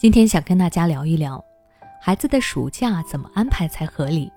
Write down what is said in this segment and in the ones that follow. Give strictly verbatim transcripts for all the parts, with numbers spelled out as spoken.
今天想跟大家聊一聊，孩子的暑假怎么安排才合理。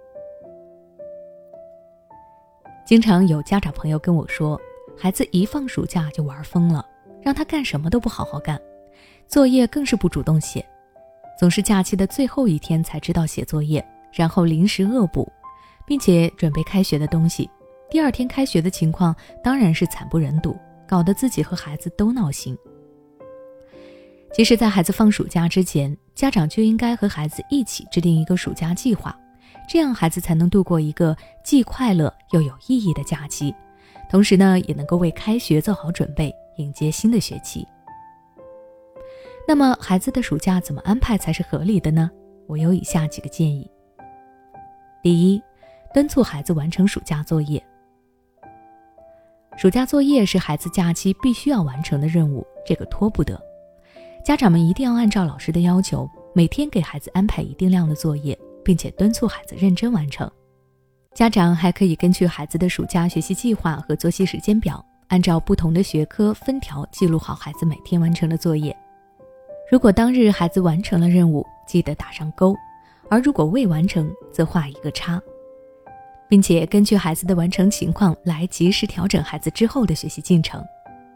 经常有家长朋友跟我说，孩子一放暑假就玩疯了，让他干什么都不好好干，作业更是不主动写，总是假期的最后一天才知道写作业，然后临时恶补，并且准备开学的东西，第二天开学的情况当然是惨不忍睹，搞得自己和孩子都闹心。其实在孩子放暑假之前，家长就应该和孩子一起制定一个暑假计划，这样孩子才能度过一个既快乐又有意义的假期，同时呢，也能够为开学做好准备，迎接新的学期。那么孩子的暑假怎么安排才是合理的呢？我有以下几个建议。第一，敦促孩子完成暑假作业。暑假作业是孩子假期必须要完成的任务，这个拖不得。家长们一定要按照老师的要求，每天给孩子安排一定量的作业，并且敦促孩子认真完成。家长还可以根据孩子的暑假学习计划和作息时间表，按照不同的学科分条记录好孩子每天完成的作业。如果当日孩子完成了任务，记得打上勾，而如果未完成，则画一个叉，并且根据孩子的完成情况来及时调整孩子之后的学习进程。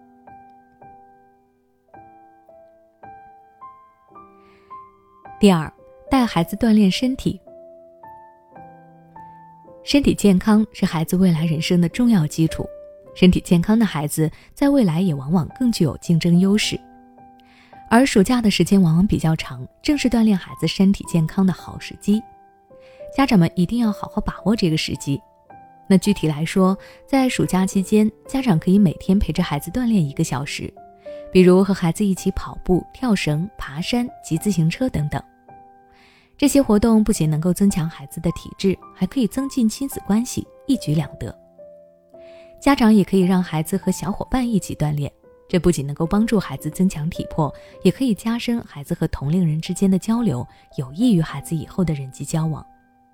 第二，带孩子锻炼身体。身体健康是孩子未来人生的重要基础，身体健康的孩子在未来也往往更具有竞争优势。而暑假的时间往往比较长，正是锻炼孩子身体健康的好时机。家长们一定要好好把握这个时机。那具体来说，在暑假期间，家长可以每天陪着孩子锻炼一个小时，比如和孩子一起跑步、跳绳、爬山、骑自行车等等。这些活动不仅能够增强孩子的体质，还可以增进亲子关系，一举两得。家长也可以让孩子和小伙伴一起锻炼，这不仅能够帮助孩子增强体魄，也可以加深孩子和同龄人之间的交流，有益于孩子以后的人际交往。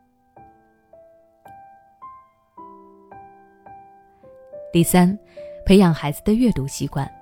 第三，培养孩子的阅读习惯。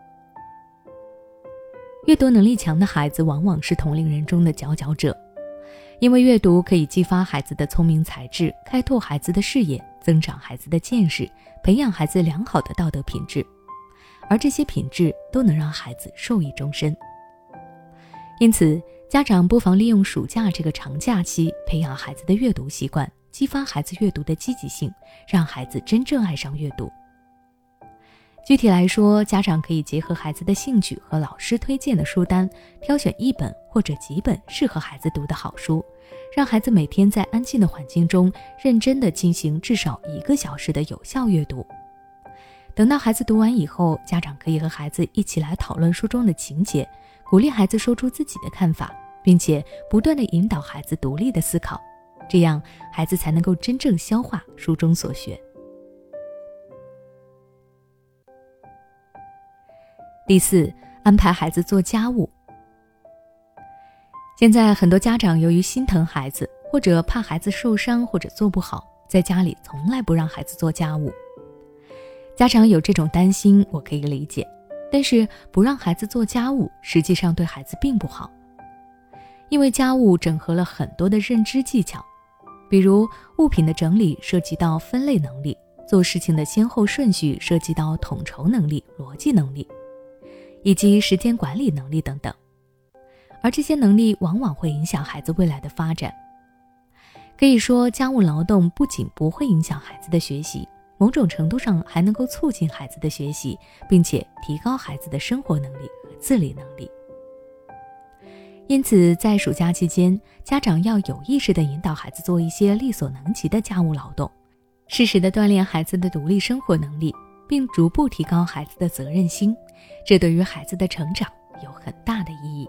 阅读能力强的孩子往往是同龄人中的佼佼者，因为阅读可以激发孩子的聪明才智，开拓孩子的视野，增长孩子的见识，培养孩子良好的道德品质，而这些品质都能让孩子受益终身。因此，家长不妨利用暑假这个长假期，培养孩子的阅读习惯，激发孩子阅读的积极性，让孩子真正爱上阅读。具体来说，家长可以结合孩子的兴趣和老师推荐的书单，挑选一本或者几本适合孩子读的好书，让孩子每天在安静的环境中认真地进行至少一个小时的有效阅读。等到孩子读完以后，家长可以和孩子一起来讨论书中的情节，鼓励孩子说出自己的看法，并且不断地引导孩子独立的思考，这样孩子才能够真正消化书中所学。第四，安排孩子做家务。现在很多家长由于心疼孩子，或者怕孩子受伤或者做不好，在家里从来不让孩子做家务。家长有这种担心，我可以理解，但是不让孩子做家务，实际上对孩子并不好。因为家务整合了很多的认知技巧，比如物品的整理涉及到分类能力，做事情的先后顺序涉及到统筹能力、逻辑能力，以及时间管理能力等等，而这些能力往往会影响孩子未来的发展。可以说，家务劳动不仅不会影响孩子的学习，某种程度上还能够促进孩子的学习，并且提高孩子的生活能力和自理能力。因此，在暑假期间，家长要有意识地引导孩子做一些力所能及的家务劳动，适时地锻炼孩子的独立生活能力，并逐步提高孩子的责任心，这对于孩子的成长有很大的意义。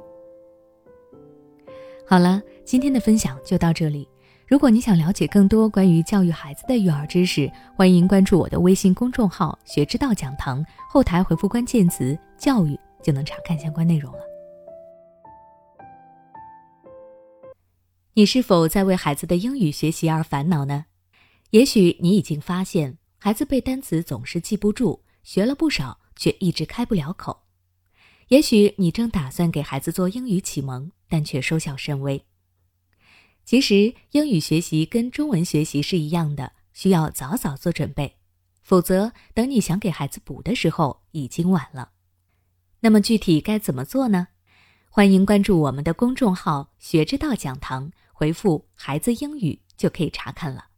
好了，今天的分享就到这里。如果你想了解更多关于教育孩子的育儿知识，欢迎关注我的微信公众号学之道讲堂，后台回复关键词教育就能查看相关内容了。你是否在为孩子的英语学习而烦恼呢？也许你已经发现，孩子背单词总是记不住，学了不少却一直开不了口。 也许你正打算给孩子做英语启蒙，但却收效甚微。其实，英语学习跟中文学习是一样的，需要早早做准备，否则等你想给孩子补的时候，已经晚了。那么具体该怎么做呢？欢迎关注我们的公众号“学之道讲堂”，回复“孩子英语”就可以查看了。